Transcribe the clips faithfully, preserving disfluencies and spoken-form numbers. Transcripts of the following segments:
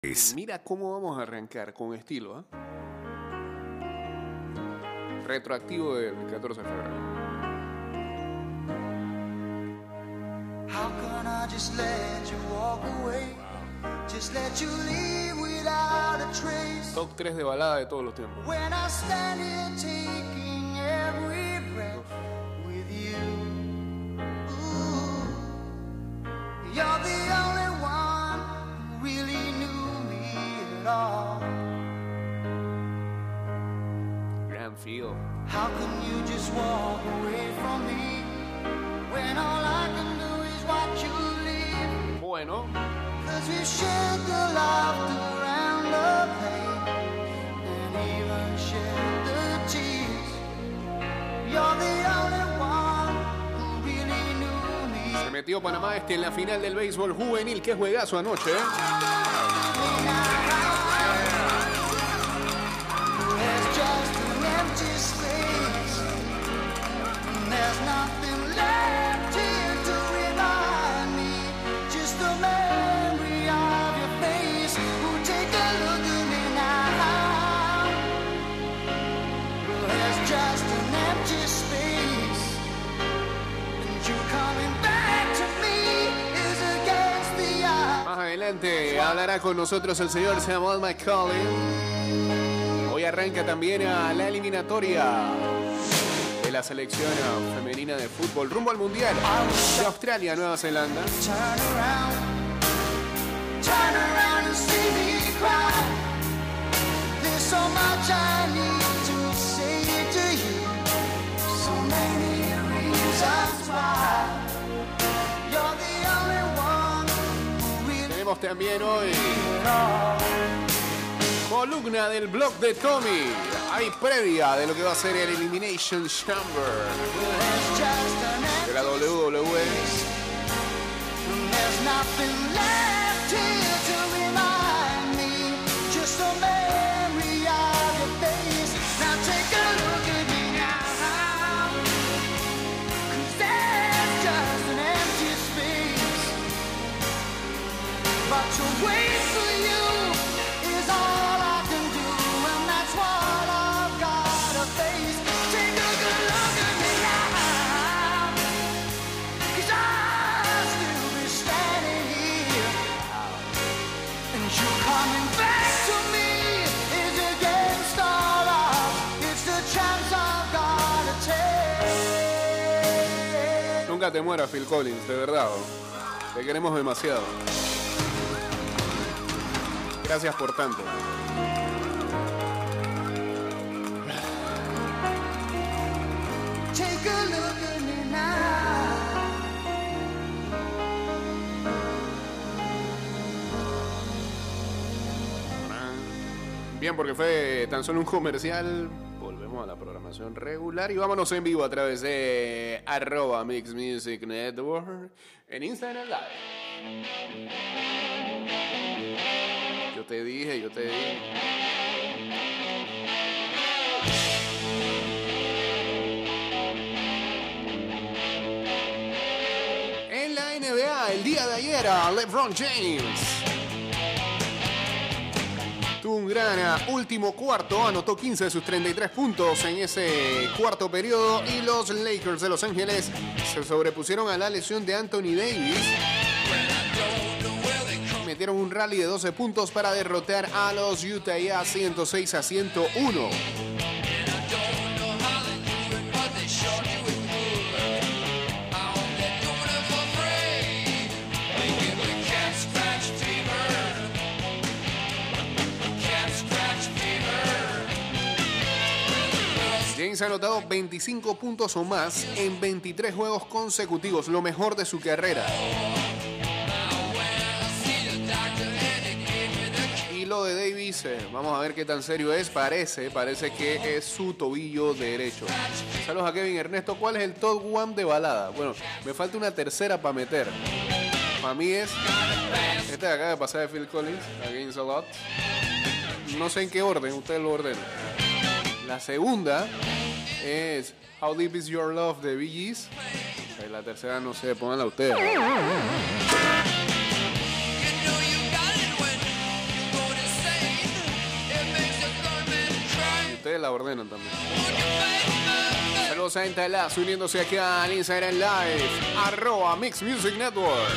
gratis. Mira cómo vamos a arrancar con estilo, ¿eh? Retroactivo del catorce de febrero. How can I just let you walk away? Just let you leave without a trace. Top tres de balada de todos los tiempos. When I stand here taking every breath with you. Ooh, you're the only one who really knew me at all. Grand Feel. How can you just walk away from me when all I can do is watch you leave? Bueno. Cause we shared the laughter and the pain, and even shared the tears. You're the only one who really knew me. Se metió Panamá Este en la final del béisbol juvenil. Qué juegazo anoche, ¿eh? There's just an empty space, and there's nothing left here to remind me. Just a memory of your face. Oh, take a look at me now. Well, there's just an empty space, and you coming back to me is against the odds. Más adelante hablará con nosotros el señor Samuel McCauley. Hoy arranca también a la eliminatoria de la selección femenina de fútbol rumbo al Mundial de Australia, Nueva Zelanda. Turn around, turn around and see me cry. There's so much I need to say to you. So many reasons why. You're the only one who really Tenemos también hoy all. columna del blog de Tommy. Hay previa de lo que va a ser el Elimination Chamber There's just an de la W W E. and there's nothing left here to remind me. Just a memory of your face. Now take a look at me now. Cause there's just an empty space. But to wait for you is all I can do, and that's what I've gotta face. Take a good look at me now. Cause I'll still be standing here, and you coming back to me is against all odds. It's the chance I've gotta take. Nunca te mueras, Phil Collins, de verdad. Te queremos demasiado. Gracias por tanto. Take a look at me now. Bien, porque fue tan solo un comercial. Volvemos a la programación regular y vámonos en vivo a través de arroba Mix Music Network en Instagram Live. Yo te dije, yo te dije. En la N B A, el día de ayer, a LeBron James tuvo un gran uh, último cuarto, anotó quince de sus treinta y tres puntos en ese cuarto periodo y los Lakers de Los Ángeles se sobrepusieron a la lesión de Anthony Davis. Metieron un rally de doce puntos para derrotar a los Utah Jazz ciento seis a ciento uno. James ha anotado veinticinco puntos o más en veintitrés juegos consecutivos, lo mejor de su carrera. Y lo de Davis, eh, vamos a ver qué tan serio es. Parece, parece que es su tobillo derecho. Saludos a Kevin Ernesto. ¿Cuál es el top one de balada? Bueno, me falta una tercera para meter. Para mí es este de acá de pasar de Phil Collins, Against a Lot. No sé en qué orden, ustedes lo ordenan. La segunda es How Deep Is Your Love de Bee Gees. Y la tercera no sé, pónganla ustedes. ustedes la ordenan también. Saludos a Entalaz uniéndose acá al Instagram Live, arroba Mix Music Network.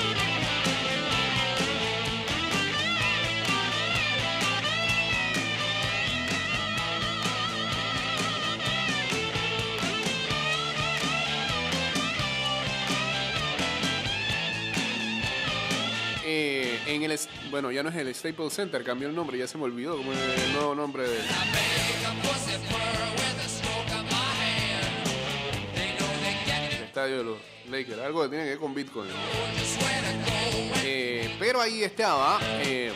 Eh, en el, bueno, ya no es el Staples Center, cambió el nombre, ya se me olvidó como el nuevo nombre de... El estadio de los Lakers, algo que tiene que ver con Bitcoin. Eh, pero ahí estaba eh,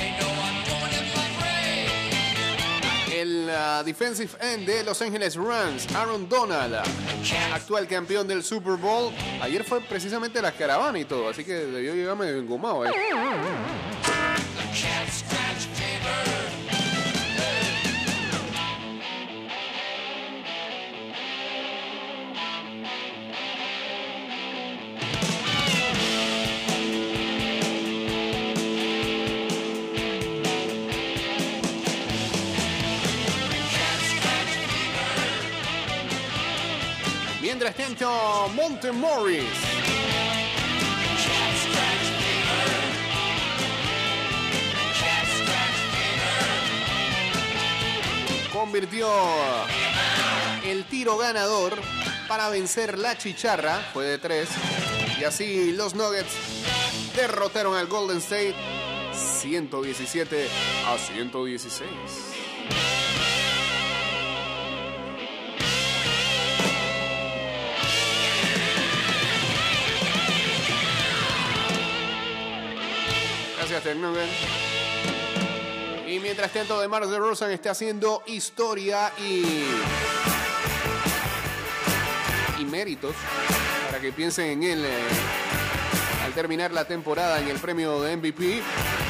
el uh, defensive end de Los Angeles Rams, Aaron Donald, actual campeón del Super Bowl. Ayer fue precisamente la caravana y todo, así que debió llegar medio engomado ahí. Mientras tanto, Monte Morris convirtió el tiro ganador para vencer la chicharra, fue de tres, y así los Nuggets derrotaron al Golden State ciento diecisiete a ciento dieciséis. Gracias, Tecnogen. Y mientras tanto, DeMar DeRozan está haciendo historia y, y méritos para que piensen en él eh, al terminar la temporada en el premio de M V P.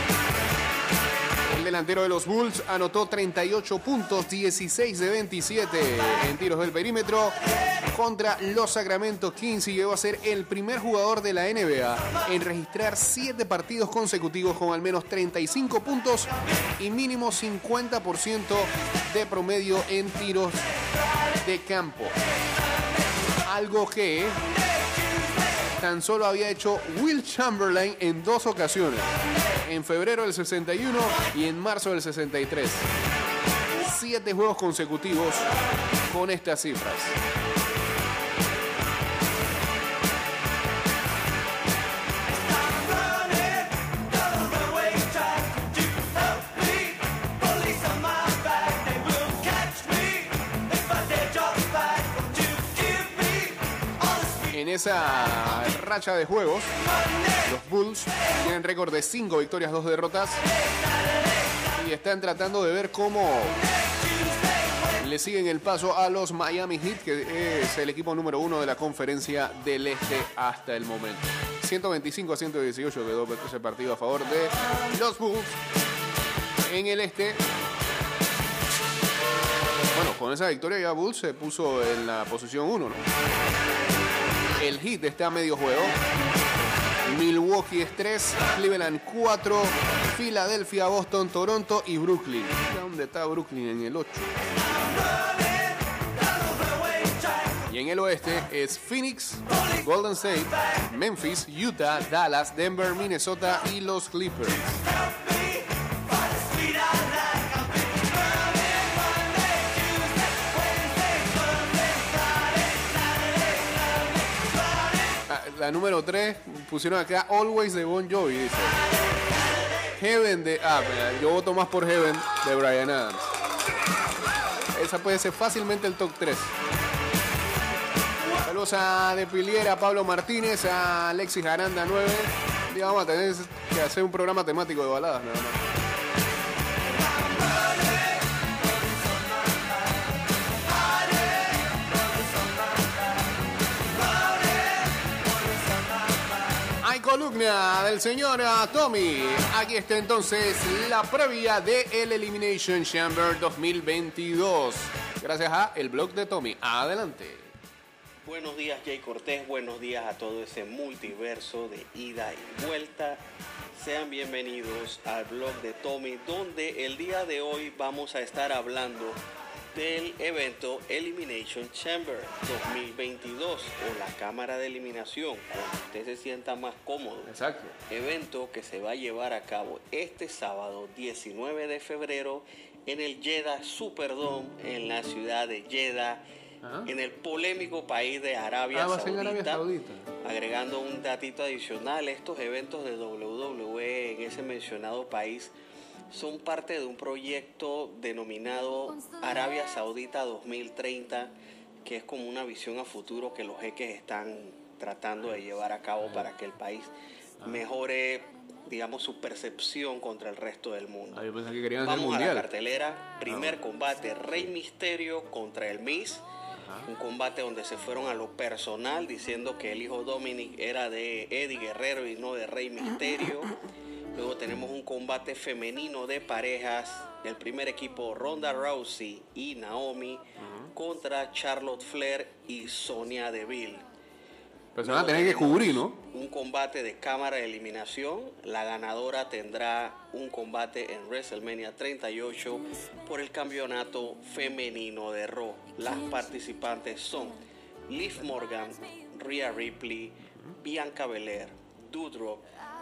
El delantero de los Bulls anotó treinta y ocho puntos, dieciséis de veintisiete en tiros del perímetro contra los Sacramento Kings y llegó a ser el primer jugador de la N B A en registrar siete partidos consecutivos con al menos treinta y cinco puntos y mínimo cincuenta por ciento de promedio en tiros de campo. Algo que tan solo había hecho Will Chamberlain en dos ocasiones, en febrero del sesenta y uno y en marzo del sesenta y tres. Siete juegos consecutivos con estas cifras. En esa racha de juegos, los Bulls tienen récord de cinco victorias, dos derrotas y están tratando de ver cómo le siguen el paso a los Miami Heat, que es el equipo número uno de la conferencia del Este hasta el momento. ciento veinticinco a ciento dieciocho quedó ese partido a favor de los Bulls en el Este. Bueno, con esa victoria ya Bulls se puso en la posición uno, ¿no? El Heat está a medio juego. Milwaukee es tres, Cleveland cuatro, Filadelfia, Boston, Toronto y Brooklyn. ¿Dónde está Brooklyn? En el ocho. Y en el oeste es Phoenix, Golden State, Memphis, Utah, Dallas, Denver, Minnesota y los Clippers. La número tres, pusieron acá Always de Bon Jovi, dice. Heaven de... Ah, yo voto más por Heaven de Bryan Adams. Esa puede ser fácilmente el top tres. Saludos a De Piliera, a Pablo Martínez, a Alexis Aranda nueve. Ya vamos a tener que hacer un programa temático de baladas, nada más. Columna del señor Tommy. Aquí está entonces la previa de el Elimination Chamber dos mil veintidós. Gracias a el blog de Tommy. Adelante. Buenos días, Jay Cortés. Buenos días a todo ese multiverso de ida y vuelta. Sean bienvenidos al blog de Tommy, donde el día de hoy vamos a estar hablando del evento Elimination Chamber dos mil veintidós, o la cámara de eliminación, donde usted se sienta más cómodo. Exacto. Evento que se va a llevar a cabo este sábado diecinueve de febrero en el Jeddah Superdome en la ciudad de Jeddah, Ajá. en el polémico país de Arabia, ah, Saudita. en Arabia Saudita. Agregando un datito adicional, estos eventos de doble u doble u E en ese mencionado país son parte de un proyecto denominado Arabia Saudita dos mil treinta, que es como una visión a futuro que los jeques están tratando de llevar a cabo para que el país mejore, digamos, su percepción contra el resto del mundo. Ah, yo pensé que querían hacer Vamos mundial. a la cartelera. Primer ah, combate, Rey Mysterio contra el Miz. Ajá. Un combate donde se fueron a lo personal, diciendo que el hijo Dominic era de Eddie Guerrero y no de Rey Mysterio. Luego tenemos un combate femenino de parejas. El primer equipo, Ronda Rousey y Naomi, uh-huh. contra Charlotte Flair y Sonya Deville. Pero se van a tener que cubrir, ¿no? Un combate de cámara de eliminación. La ganadora tendrá un combate en WrestleMania treinta y ocho por el campeonato femenino de Raw. Las participantes son Liv Morgan, Rhea Ripley, Bianca Belair, Doudrop,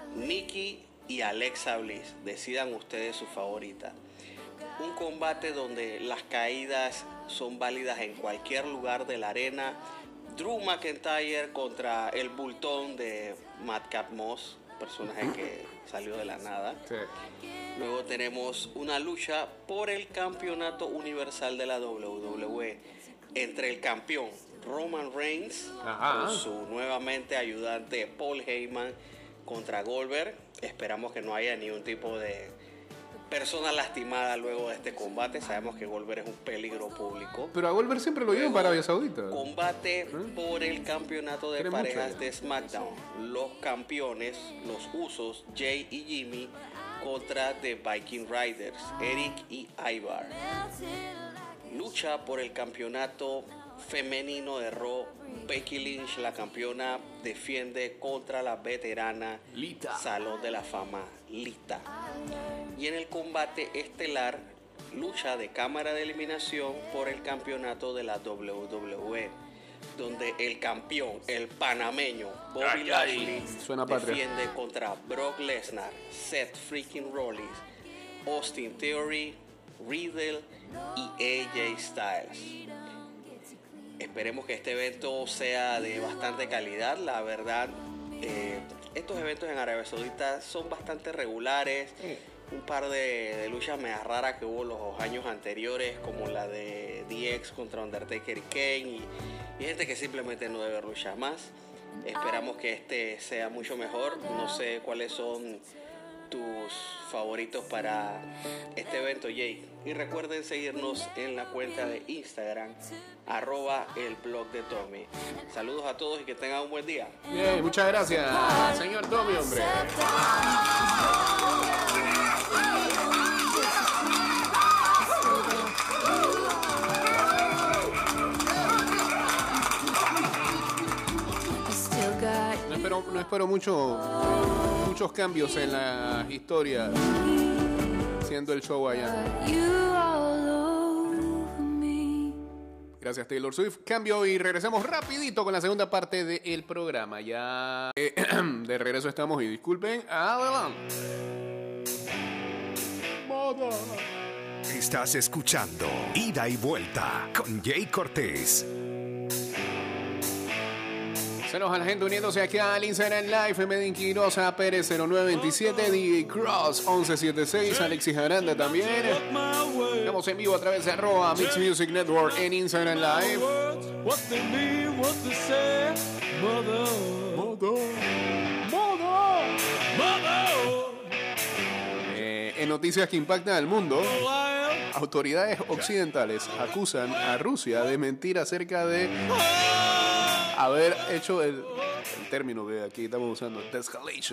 Nikki y Alexa Bliss. Decidan ustedes su favorita. Un combate donde las caídas son válidas en cualquier lugar de la arena. Drew McIntyre contra el bultón de Madcap Moss, personaje que salió de la nada. Sí. Luego tenemos una lucha por el campeonato universal de la doble u doble u E entre el campeón Roman Reigns Ajá. con su nuevamente ayudante Paul Heyman contra Goldberg. Esperamos que no haya ningún tipo de persona lastimada luego de este combate. Sabemos que Goldberg es un peligro público. Pero a Goldberg siempre lo llevan para Arabia Saudita. Combate ¿Eh? por el campeonato de parejas de SmackDown. Los campeones, los Usos, Jay y Jimmy, contra The Viking Riders, Eric y Ivar. Lucha por el campeonato femenino de Raw. Becky Lynch, la campeona, defiende contra la veterana Lita. Salón de la Fama, Lita. Y en el combate estelar, lucha de cámara de eliminación por el campeonato de la doble u doble u E, donde el campeón, el panameño Bobby ay, Lashley, Suena defiende patria. contra Brock Lesnar, Seth freaking Rollins, Austin Theory, Riddle y A J Styles. Esperemos que este evento sea de bastante calidad. La verdad, eh, estos eventos en Arabia Saudita son bastante regulares. Sí. Un par de, de luchas medio raras que hubo los años anteriores, como la de D X contra Undertaker y Kane, y, y gente que simplemente no debe luchar más. Esperamos que este sea mucho mejor. No sé cuáles son tus favoritos para este evento, Jake. Y recuerden seguirnos en la cuenta de Instagram, arroba el blog de Tommy. Saludos a todos y que tengan un buen día. Bien, muchas gracias, señor Tommy, hombre. No espero, no espero mucho, muchos cambios en la historia siendo el show allá. Gracias, Taylor Swift. Cambio y regresamos rapidito con la segunda parte del programa. Ya eh, de regreso estamos y disculpen. Adelante. Estás escuchando Ida y Vuelta con Jay Cortés. Saludos a la gente uniéndose aquí al Instagram Live. Medin Quirosa Pérez cero nueve veintisiete, D J Cross once setenta y seis, Alexis Aranda también. Estamos en vivo a través de arroba Mix Music Network en Instagram Live. Eh, en noticias que impactan al mundo, autoridades occidentales acusan a Rusia de mentir acerca de haber hecho el, el término que aquí estamos usando, de-escalation.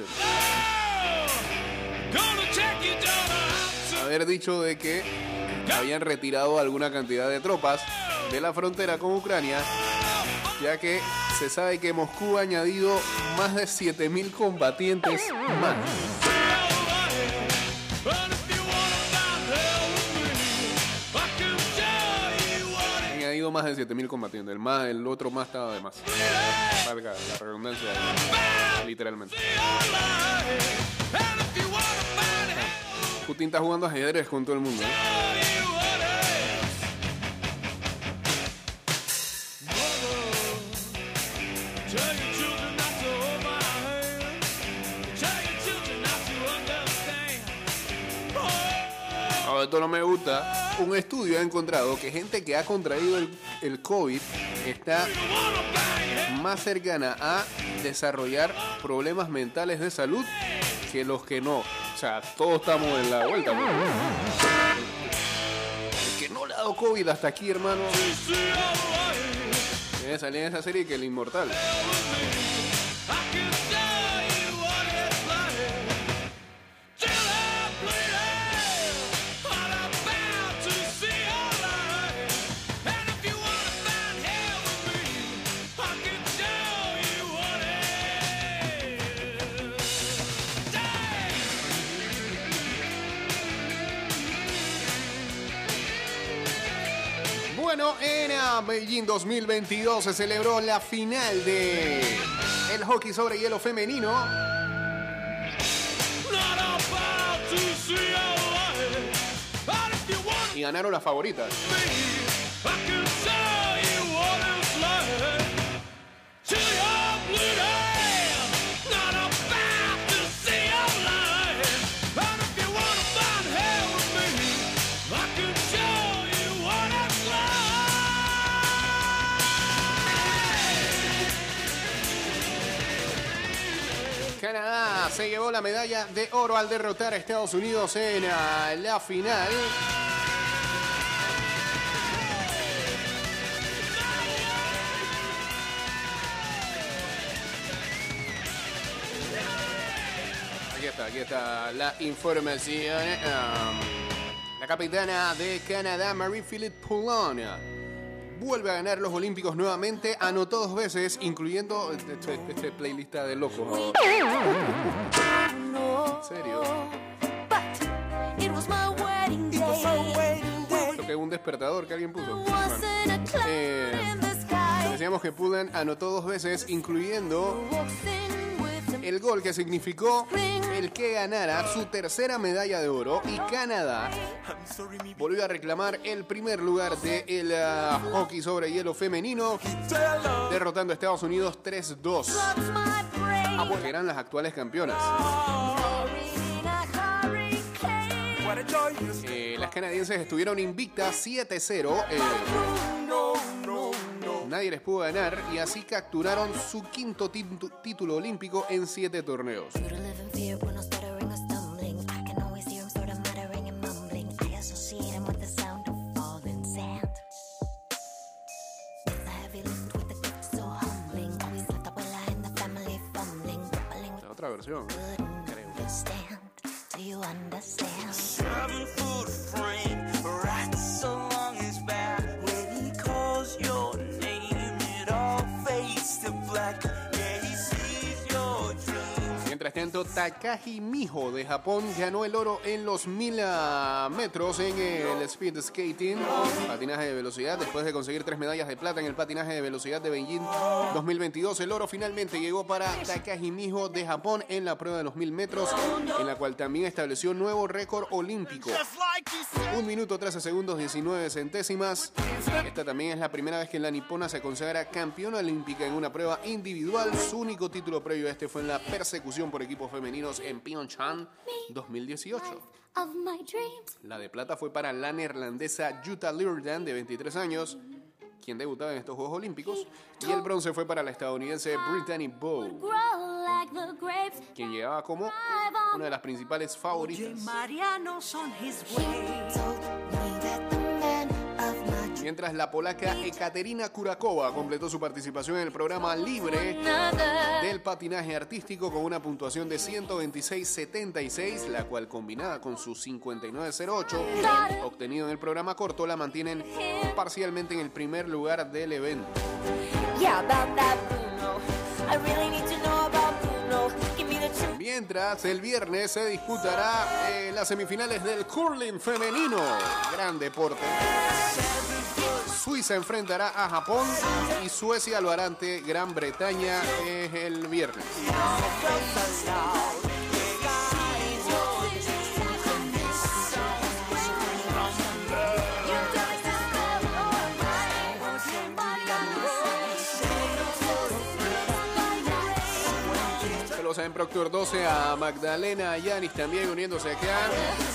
Haber dicho de que habían retirado alguna cantidad de tropas de la frontera con Ucrania, ya que se sabe que Moscú ha añadido más de siete mil combatientes más. ido más de siete mil combatientes. El, más, el otro más estaba de más. Valga la redundancia, literalmente. Putin está jugando ajedrez con todo el mundo, ¿eh? No, esto no me gusta. Un estudio ha encontrado que gente que ha contraído el, el COVID está más cercana a desarrollar problemas mentales de salud que los que no. O sea, todos estamos en la vuelta, ¿no? El que no le ha dado COVID hasta aquí, hermano. Debe salir en esa serie que el inmortal. Bueno, en Beijing dos mil veintidós se celebró la final de el hockey sobre hielo femenino. Y ganaron las favoritas. Canadá se llevó la medalla de oro al derrotar a Estados Unidos en uh, la final. Aquí está, aquí está la información. Um, la capitana de Canadá, Marie-Philip Poulin, vuelve a ganar los Olímpicos nuevamente, anotó dos veces, incluyendo este, este playlist de locos. ¿En serio? Creo que es un despertador que alguien puso. Bueno, eh, decíamos que Poulin anotó dos veces, incluyendo el gol que significó el que ganara su tercera medalla de oro, y Canadá volvió a reclamar el primer lugar del uh, hockey sobre hielo femenino, derrotando a Estados Unidos tres dos, porque eran las actuales campeonas. Eh, las canadienses estuvieron invictas siete cero. Eh, Nadie les pudo ganar y así capturaron su quinto títu- título olímpico en siete torneos. La otra versión, creo. Mientras tanto, Takashi Miho de Japón ganó el oro en los mil uh, metros en el speed skating, patinaje de velocidad, después de conseguir tres medallas de plata en el patinaje de velocidad de Beijing dos mil veintidós. El oro finalmente llegó para Takashi Miho de Japón en la prueba de los mil metros, en la cual también estableció nuevo récord olímpico. Un minuto trece segundos diecinueve centésimas. Esta también es la primera vez que la nipona se consagra campeona olímpica en una prueba individual. Su único título previo a este fue en la persecución por equipos femeninos en Pyeongchang dos mil dieciocho. La de plata fue para la neerlandesa Jutta Leerdam, de veintitrés años, quien debutaba en estos Juegos Olímpicos, y el bronce fue para la estadounidense Brittany Bowe, quien llegaba como una de las principales favoritas. Mientras la polaca Ekaterina Kurakova completó su participación en el programa libre del patinaje artístico con una puntuación de ciento veintiséis setenta y seis, la cual, combinada con su cincuenta y nueve cero ocho obtenido en el programa corto, la mantienen parcialmente en el primer lugar del evento. Mientras, el viernes se disputará eh, las semifinales del curling femenino. Gran deporte. Suiza enfrentará a Japón y Suecia lo hará ante Gran Bretaña es el viernes. Saludos en Proctor doce a Magdalena, a Yanis también uniéndose acá.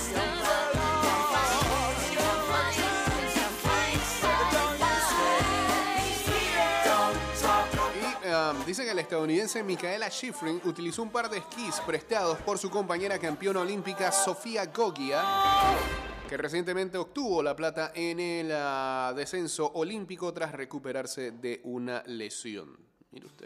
Um, dice que el estadounidense Michaela Schifrin utilizó un par de esquís prestados por su compañera campeona olímpica Sofía Goggia, que recientemente obtuvo la plata en el uh, descenso olímpico tras recuperarse de una lesión. Mire usted.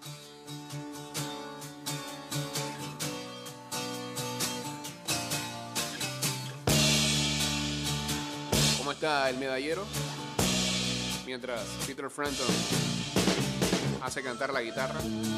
¿Cómo está el medallero? Mientras Peter Frampton hace cantar la guitarra.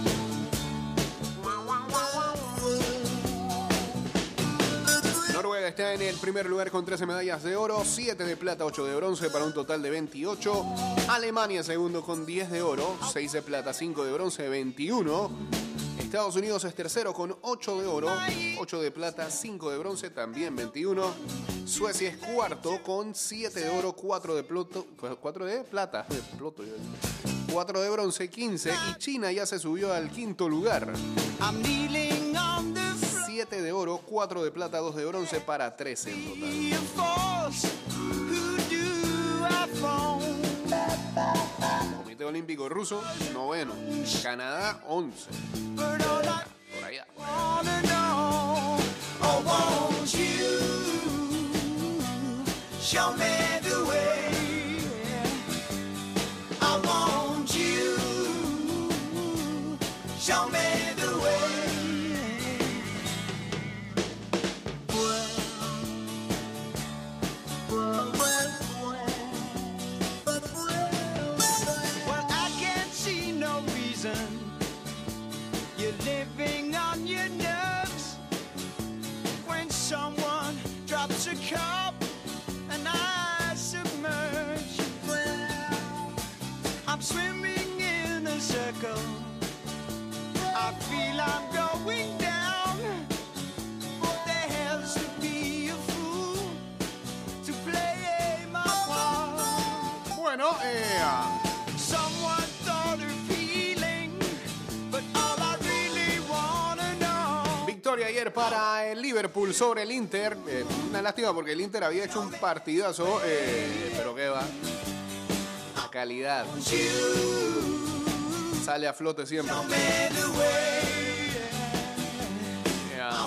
Noruega está en el primer lugar con trece medallas de oro, siete de plata, ocho de bronce para un total de veintiocho. Alemania segundo con diez de oro, seis de plata, cinco de bronce, veintiuno. Estados Unidos es tercero con ocho de oro, ocho de plata, cinco de bronce, también veintiuno. Suecia es cuarto con siete de oro, cuatro de ploto, cuatro de plata, de ploto, cuatro de bronce, quince. Y China ya se subió al quinto lugar. siete de oro, cuatro de plata, dos de bronce para trece en total. Comité Olímpico Ruso, noveno. Canadá, once. Por allá. Show me the way. I want you. Show me the way. Well, well, well, well, I can't see no reason you're living on your nerves when someone drops a cup. And I submerge. I'm swimming in a circle. I feel I'm going down. There has to be a fool to play my part. Bueno, eh. Someone thought of healing, but all I really wanna know. Victoria ayer para el Liverpool sobre el Inter. Eh, una lástima porque el Inter había hecho un partidazo, eh, pero qué va. La calidad sale a flote siempre. Yeah.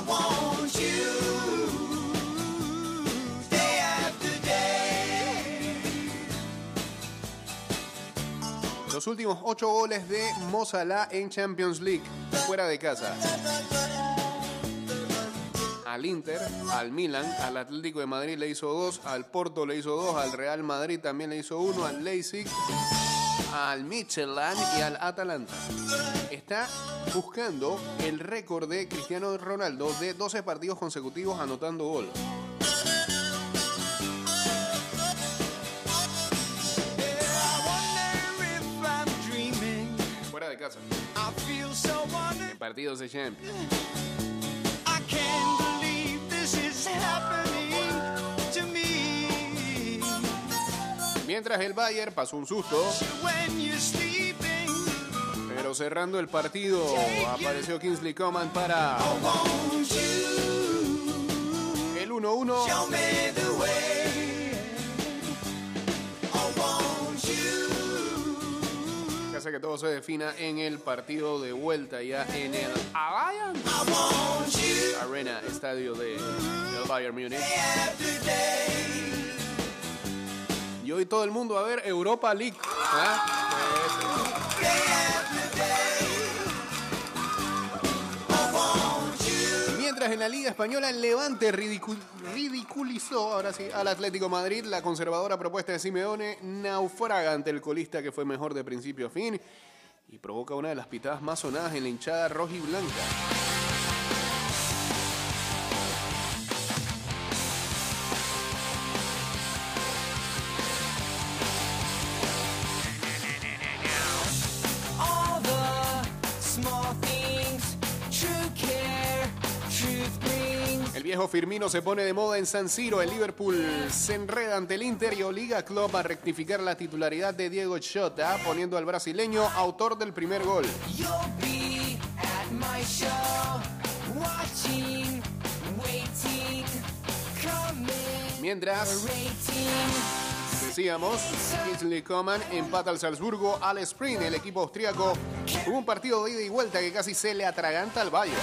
Los últimos ocho goles de Mo Salah en Champions League, fuera de casa. Al Inter, al Milan, al Atlético de Madrid le hizo dos, al Porto le hizo dos, al Real Madrid también le hizo uno, al Leipzig, al Midtjylland y al Atalanta. Está buscando el récord de Cristiano Ronaldo de doce partidos consecutivos anotando gol. Fuera de casa. En partidos de Champions. Mientras el Bayern pasó un susto, pero cerrando el partido apareció Kingsley Coman para el uno uno. Que hace que todo se defina en el partido de vuelta ya en el Allianz Arena, estadio de, del Bayern Múnich. Y hoy todo el mundo va a ver Europa League. ¿Ah? Mientras en la Liga Española el Levante ridicul ridiculizó, ahora sí, al Atlético Madrid. La conservadora propuesta de Simeone naufraga ante el colista que fue mejor de principio a fin y provoca una de las pitadas más sonadas en la hinchada rojiblanca. viejo Firmino se pone de moda en San Siro. El Liverpool se enreda ante el Inter y obliga a Klopp a rectificar la titularidad de Diego Jota, poniendo al brasileño autor del primer gol. You'll be at my show, watching, waiting, coming, Mientras, rating. decíamos, Kingsley Coman empata al Salzburgo al sprint. El equipo austríaco tuvo un partido de ida y vuelta que casi se le atraganta al Bayern.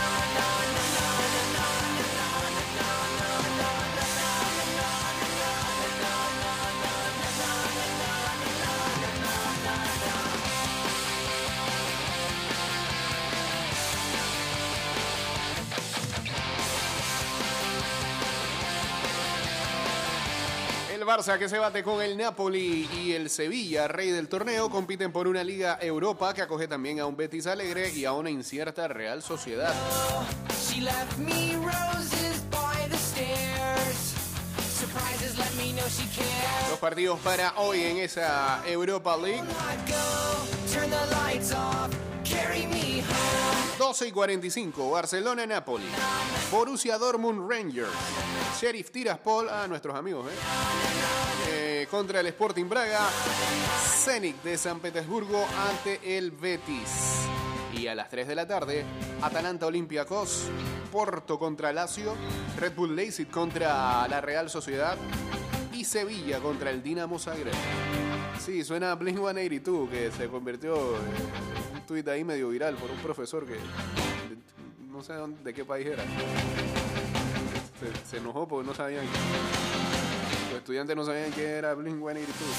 Barça, que se bate con el Napoli, y el Sevilla, rey del torneo, compiten por una Liga Europa que acoge también a un Betis alegre y a una incierta Real Sociedad. She left me roses by the stairs. Surprises let me know she cares. Los partidos para hoy en esa Europa League. I go, turn the lights off, carry me home. doce y cuarenta y cinco, Barcelona-Napoli. Borussia Dortmund-Rangers. Sheriff Tiraspol, a nuestros amigos, ¿eh? Eh, contra el Sporting Braga. Zenit de San Petersburgo ante el Betis. Y a las tres de la tarde, Atalanta Olympiacos, Porto contra Lazio, Red Bull Leipzig contra la Real Sociedad y Sevilla contra el Dinamo Zagreb. Sí, suena a Blink ciento ochenta y dos, que se convirtió en un tuit ahí medio viral por un profesor que no sé dónde, de qué país era. Se, se enojó porque no sabían. Los estudiantes no sabían qué era Blink ciento ochenta y dos.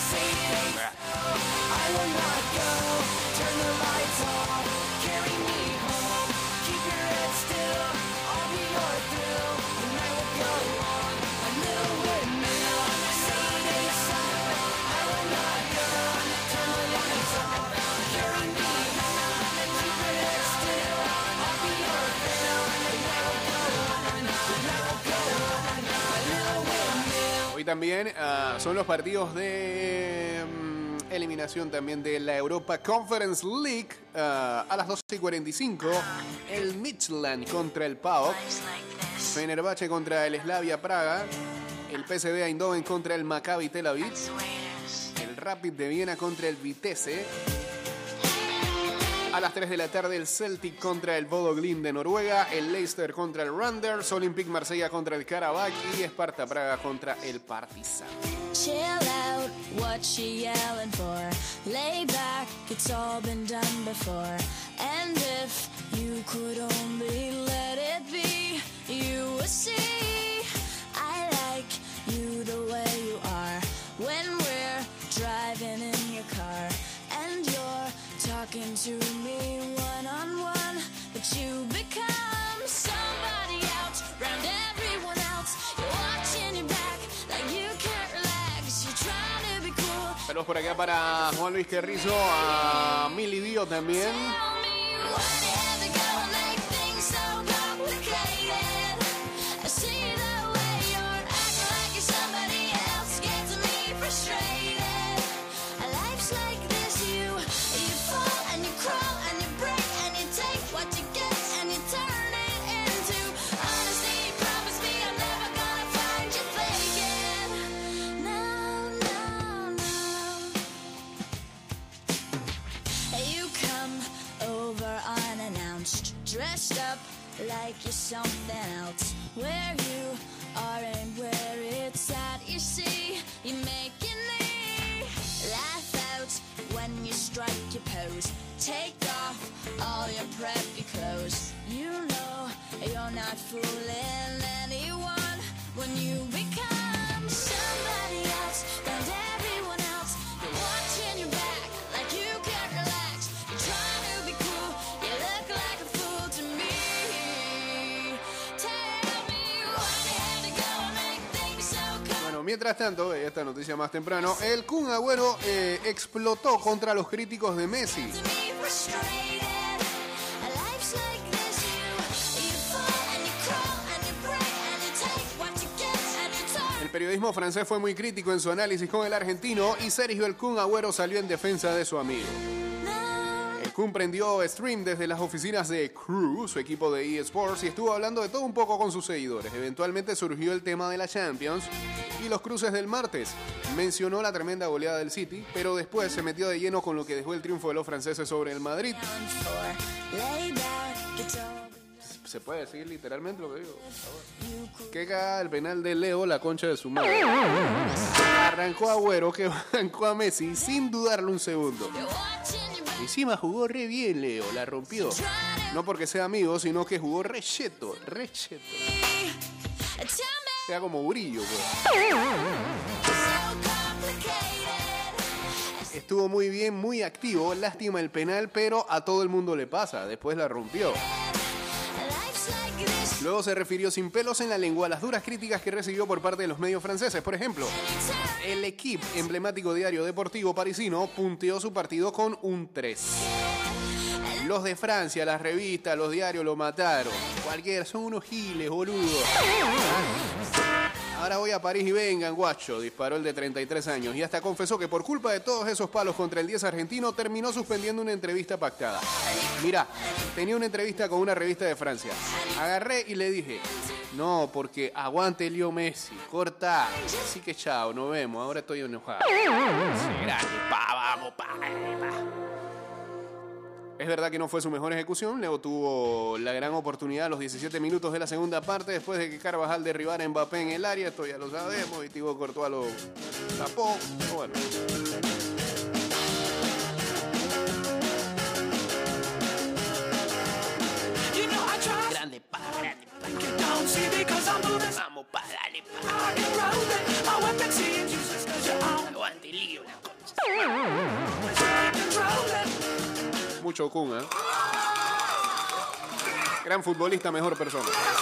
I will not go, turn the lights off, carry me home. Keep your head still, I'll be your thrill. The night will go on, a little windmill. Saturday sun, I will not go, turn the lights off, carry me home. Keep your head still, I'll be your thrill. The night will go on, the night will go on, a little windmill. Hoy también uh, son los partidos de um, eliminación también de la Europa Conference League. Uh, a las doce y cuarenta y cinco, el Midtjylland contra el P A O K, Fenerbahce contra el Slavia Praga, el P S V Eindhoven contra el Maccabi Tel Aviv, el Rapid de Viena contra el Vitesse. A las tres de la tarde, el Celtic contra el Bodo Glimt de Noruega, el Leicester contra el Randers, Olympique Marsella contra el Karabakh y Sparta Praga contra el Partizan. Chill out, what she yelling for? Lay back, it's all been done before. And if you could only let it be, you would see I like you the way you are. When we're driving in your car and you're talking to me one-on-one, but you become somebody else, round everyone else. You're watching your back like you can't relax. You're trying to be cool. Saludos por acá para Juan Luis Carrizo, a Mili Dio también. Tell me what you have to go and make things so complicated. I see the way you're acting like you're somebody else, gets me frustrated. Life's like this, you you fall and you crawl and you break and you take what you get and you turn it into honesty. Promise me I'm never gonna find you faking. No, no, no. You come over unannounced, dressed up like you're something else. Where you are and where it's at, you see, you're making me laugh out when you strike your pose. Take off all your preppy clothes. You know you're not fooling anyone when you become somebody else, and everyone else. You're watching your back like you can't relax. You're trying to be cool, you look like a fool to me. Tell me what you had to go and make things so complicated. Bueno, mientras tanto, esta noticia más temprano, el Kun Agüero eh, explotó contra los críticos de Messi. To me frustrated. Life's like this, you you fall and you crawl and you break and you take what you get and you turn. El periodismo francés fue muy crítico en su análisis con el argentino y Sergio el Kun Agüero salió en defensa de su amigo. No, El Kun prendió stream desde las oficinas de Crew, su equipo de eSports, y estuvo hablando de todo un poco con sus seguidores. Eventualmente surgió el tema de la Champions y los cruces del martes. Mencionó la tremenda goleada del City, pero después se metió de lleno con lo que dejó el triunfo de los franceses sobre el Madrid. Se puede decir literalmente lo que digo. Que caga el penal de Leo, la concha de su madre. Arrancó Agüero, que arrancó a Messi sin dudarlo un segundo. Encima jugó re bien Leo, la rompió. No porque sea amigo, sino que jugó re cheto, re cheto. Sea como Burillo, pues. Estuvo muy bien, muy activo. Lástima el penal, pero a todo el mundo le pasa. Después la rompió. Luego se refirió sin pelos en la lengua a las duras críticas que recibió por parte de los medios franceses. Por ejemplo, el Equipe, emblemático diario deportivo parisino, punteó su partido con un tres. Los de Francia, las revistas, los diarios lo mataron. Cualquiera, son unos giles, boludos. Ahora voy a París y vengan, guacho, disparó el de treinta y tres años. Y hasta confesó que por culpa de todos esos palos contra el diez argentino, terminó suspendiendo una entrevista pactada. Mirá, tenía una entrevista con una revista de Francia. Agarré y le dije, no, porque aguante Leo Messi, corta. Así que chao, nos vemos, ahora estoy enojado. Sí, grande, pa, vamos, pa, pa. Es verdad que no fue su mejor ejecución. Leo tuvo la gran oportunidad a los diecisiete minutos de la segunda parte después de que Carvajal derribara a Mbappé en el área. Esto ya lo sabemos. Y Thibaut Courtois lo tapó. Pero bueno. Grande pa, grande pa. Vamos pa, dale pa. Aguante lío la concha. Mucho Kun, ¿eh? Gran futbolista, mejor persona.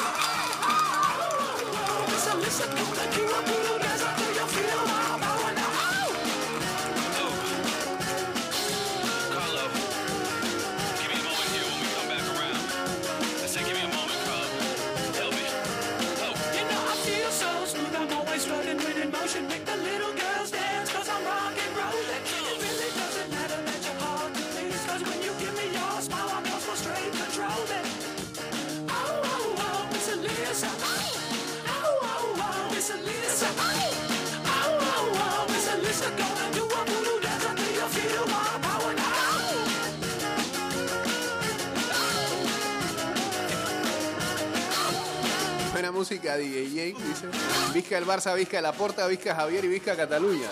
Buena música D J Jake, dice. Vizca el Barça, Vizca la Porta, Vizca Javier y Vizca Cataluña.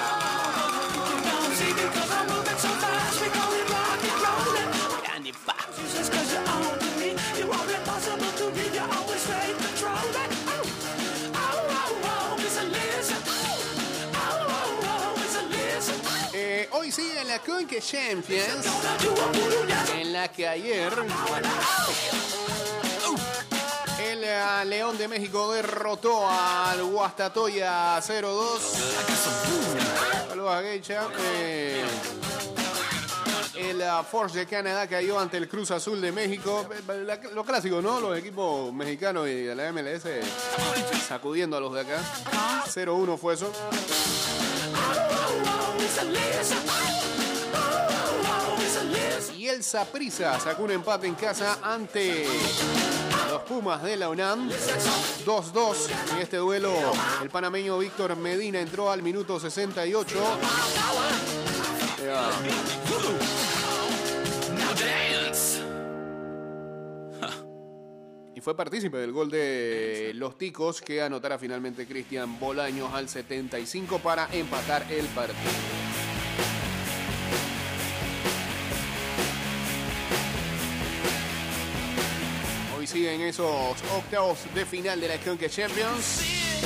Grande pa. Eh, hoy sigue la Conca Champions, en la que ayer el uh, León de México derrotó al Guastatoya cero dos. Saludos a Geisha. Eh, el uh, Force de Canadá cayó ante el Cruz Azul de México. La, lo clásico, ¿no? Los equipos mexicanos y de la M L S sacudiendo a los de acá. cero uno fue eso. Y el Saprissa sacó un empate en casa ante los Pumas de la UNAM. dos dos. En este duelo, el panameño Víctor Medina entró al minuto sesenta y ocho. Yeah. Y fue partícipe del gol de los Ticos, que anotara finalmente Cristian Bolaños al setenta y cinco para empatar el partido. Hoy siguen esos octavos de final de la Conca Champions.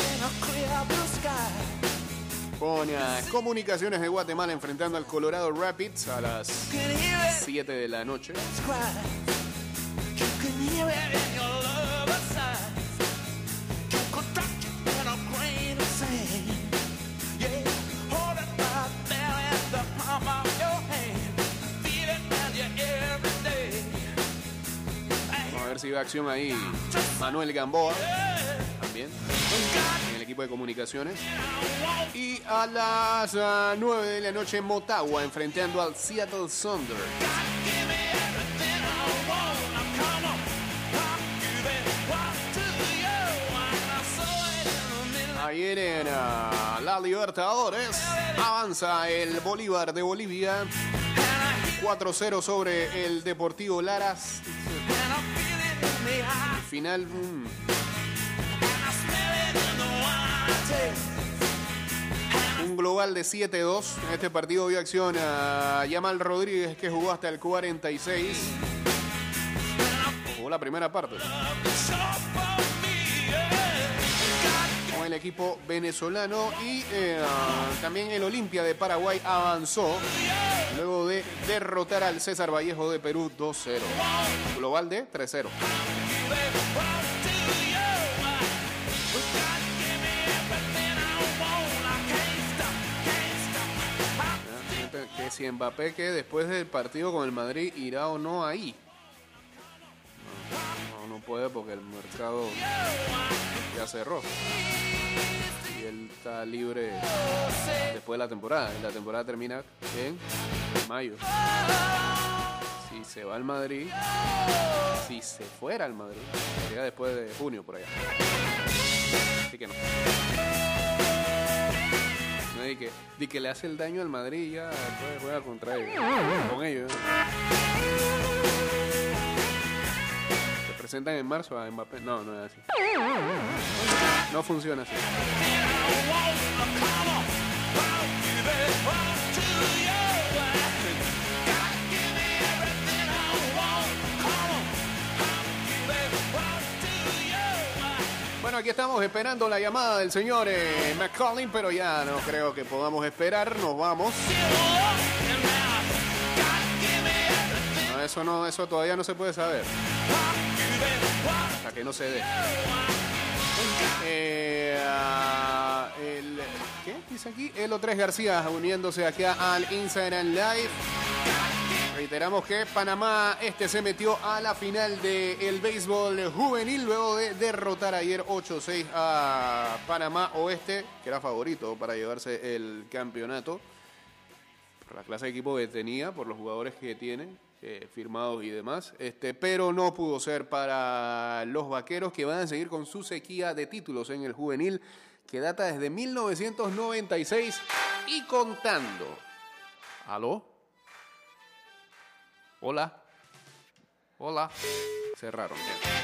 Con uh, Comunicaciones de Guatemala enfrentando al Colorado Rapids a las siete de la noche. Vamos a ver si va acción ahí Manuel Gamboa también en el equipo de Comunicaciones. Y a las uh, nueve de la noche Motagua enfrentando al Seattle Sounders. Ayer en uh, la Libertadores avanza el Bolívar de Bolivia cuatro cero sobre el Deportivo Laras. Final... Mm. Un global de siete dos. En este partido vio acción a Yamal Rodríguez, que jugó hasta el cuarenta y seis. Jugó la primera parte con el equipo venezolano. Y eh, también el Olimpia de Paraguay avanzó luego de derrotar al César Vallejo de Perú dos cero. Global de tres cero. Que si Mbappé, que después del partido con el Madrid irá o no ahí. No, no, no puede porque el mercado ya cerró. Y él está libre después de la temporada. Y la temporada termina en mayo. Si se va al Madrid, si se fuera al Madrid, sería después de junio por allá. Así que no. De que, de que le hace el daño al Madrid y ya después juega contra ellos, con ellos. Se presentan en marzo a Mbappé. No, no es así. No funciona así. Bueno, aquí estamos esperando la llamada del señor eh, McCollin, pero ya no creo que podamos esperar. Nos vamos. No, eso no, eso todavía no se puede saber. Hasta que no se dé. Eh, uh, el, ¿Qué dice aquí? Elo tres García uniéndose acá al Instagram Live. Reiteramos que Panamá este se metió a la final del béisbol juvenil luego de derrotar ayer ocho seis a Panamá Oeste, que era favorito para llevarse el campeonato por la clase de equipo que tenía, por los jugadores que tiene eh, firmados y demás, este, pero no pudo ser para los vaqueros, que van a seguir con su sequía de títulos en el juvenil, que data desde mil novecientos noventa y seis y contando. ¿Aló? Hola. Hola. Cerraron.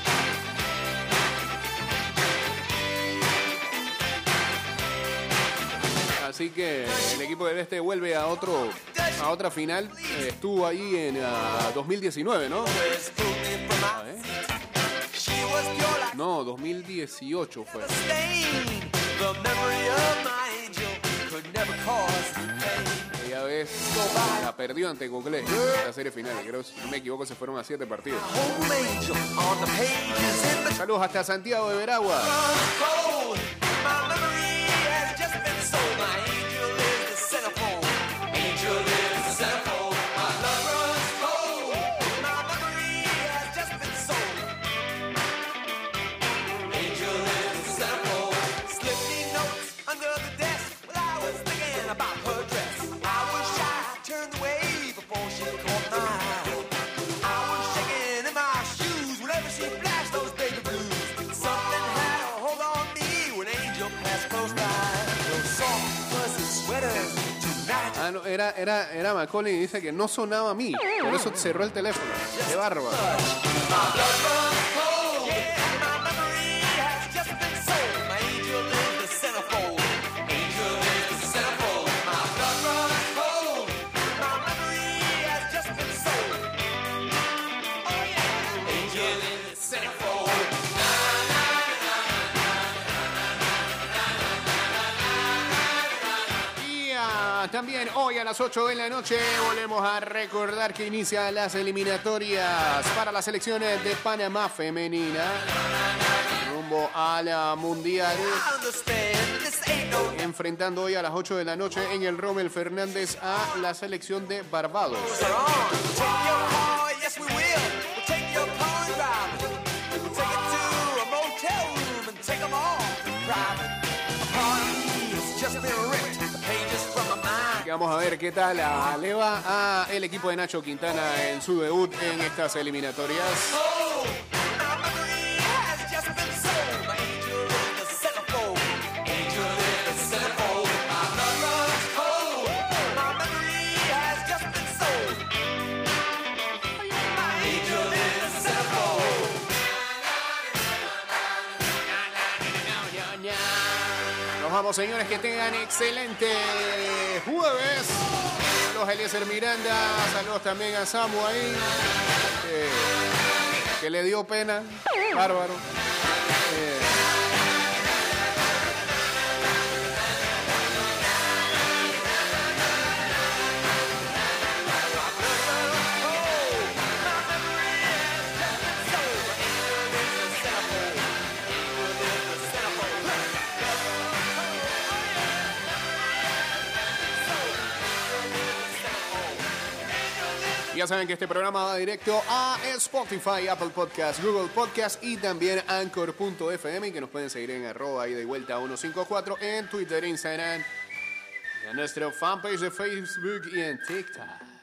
Así que el equipo del Este vuelve a otro a otra final. Eh, estuvo ahí en uh, dos mil diecinueve, ¿no? A ver. No, dos mil dieciocho fue. Aquella vez la perdió ante Google en la serie final. Creo, si no me equivoco, se fueron a siete partidos. Saludos hasta Santiago de Veragua. Ah, no, era, era, era Macaulay y dice que no sonaba a mí, por eso cerró el teléfono. ¡Qué bárbaro! También hoy a las ocho de la noche volvemos a recordar que inician las eliminatorias para las selecciones de Panamá femenina rumbo a la Mundial, enfrentando hoy a las ocho de la noche en el Rommel Fernández a la selección de Barbados. Vamos a ver qué tal a, le va a el equipo de Nacho Quintana en su debut en estas eliminatorias. Vamos, señores, que tengan excelente jueves. Saludos a Eliezer Miranda, saludos también a Samu ahí, eh, que le dio pena, bárbaro. Eh, Ya saben que este programa va directo a Spotify, Apple Podcast, Google Podcast y también Anchor punto f m, y que nos pueden seguir en arroba ida y vuelta ciento cincuenta y cuatro en Twitter, Instagram, y en nuestro fanpage de Facebook y en TikTok.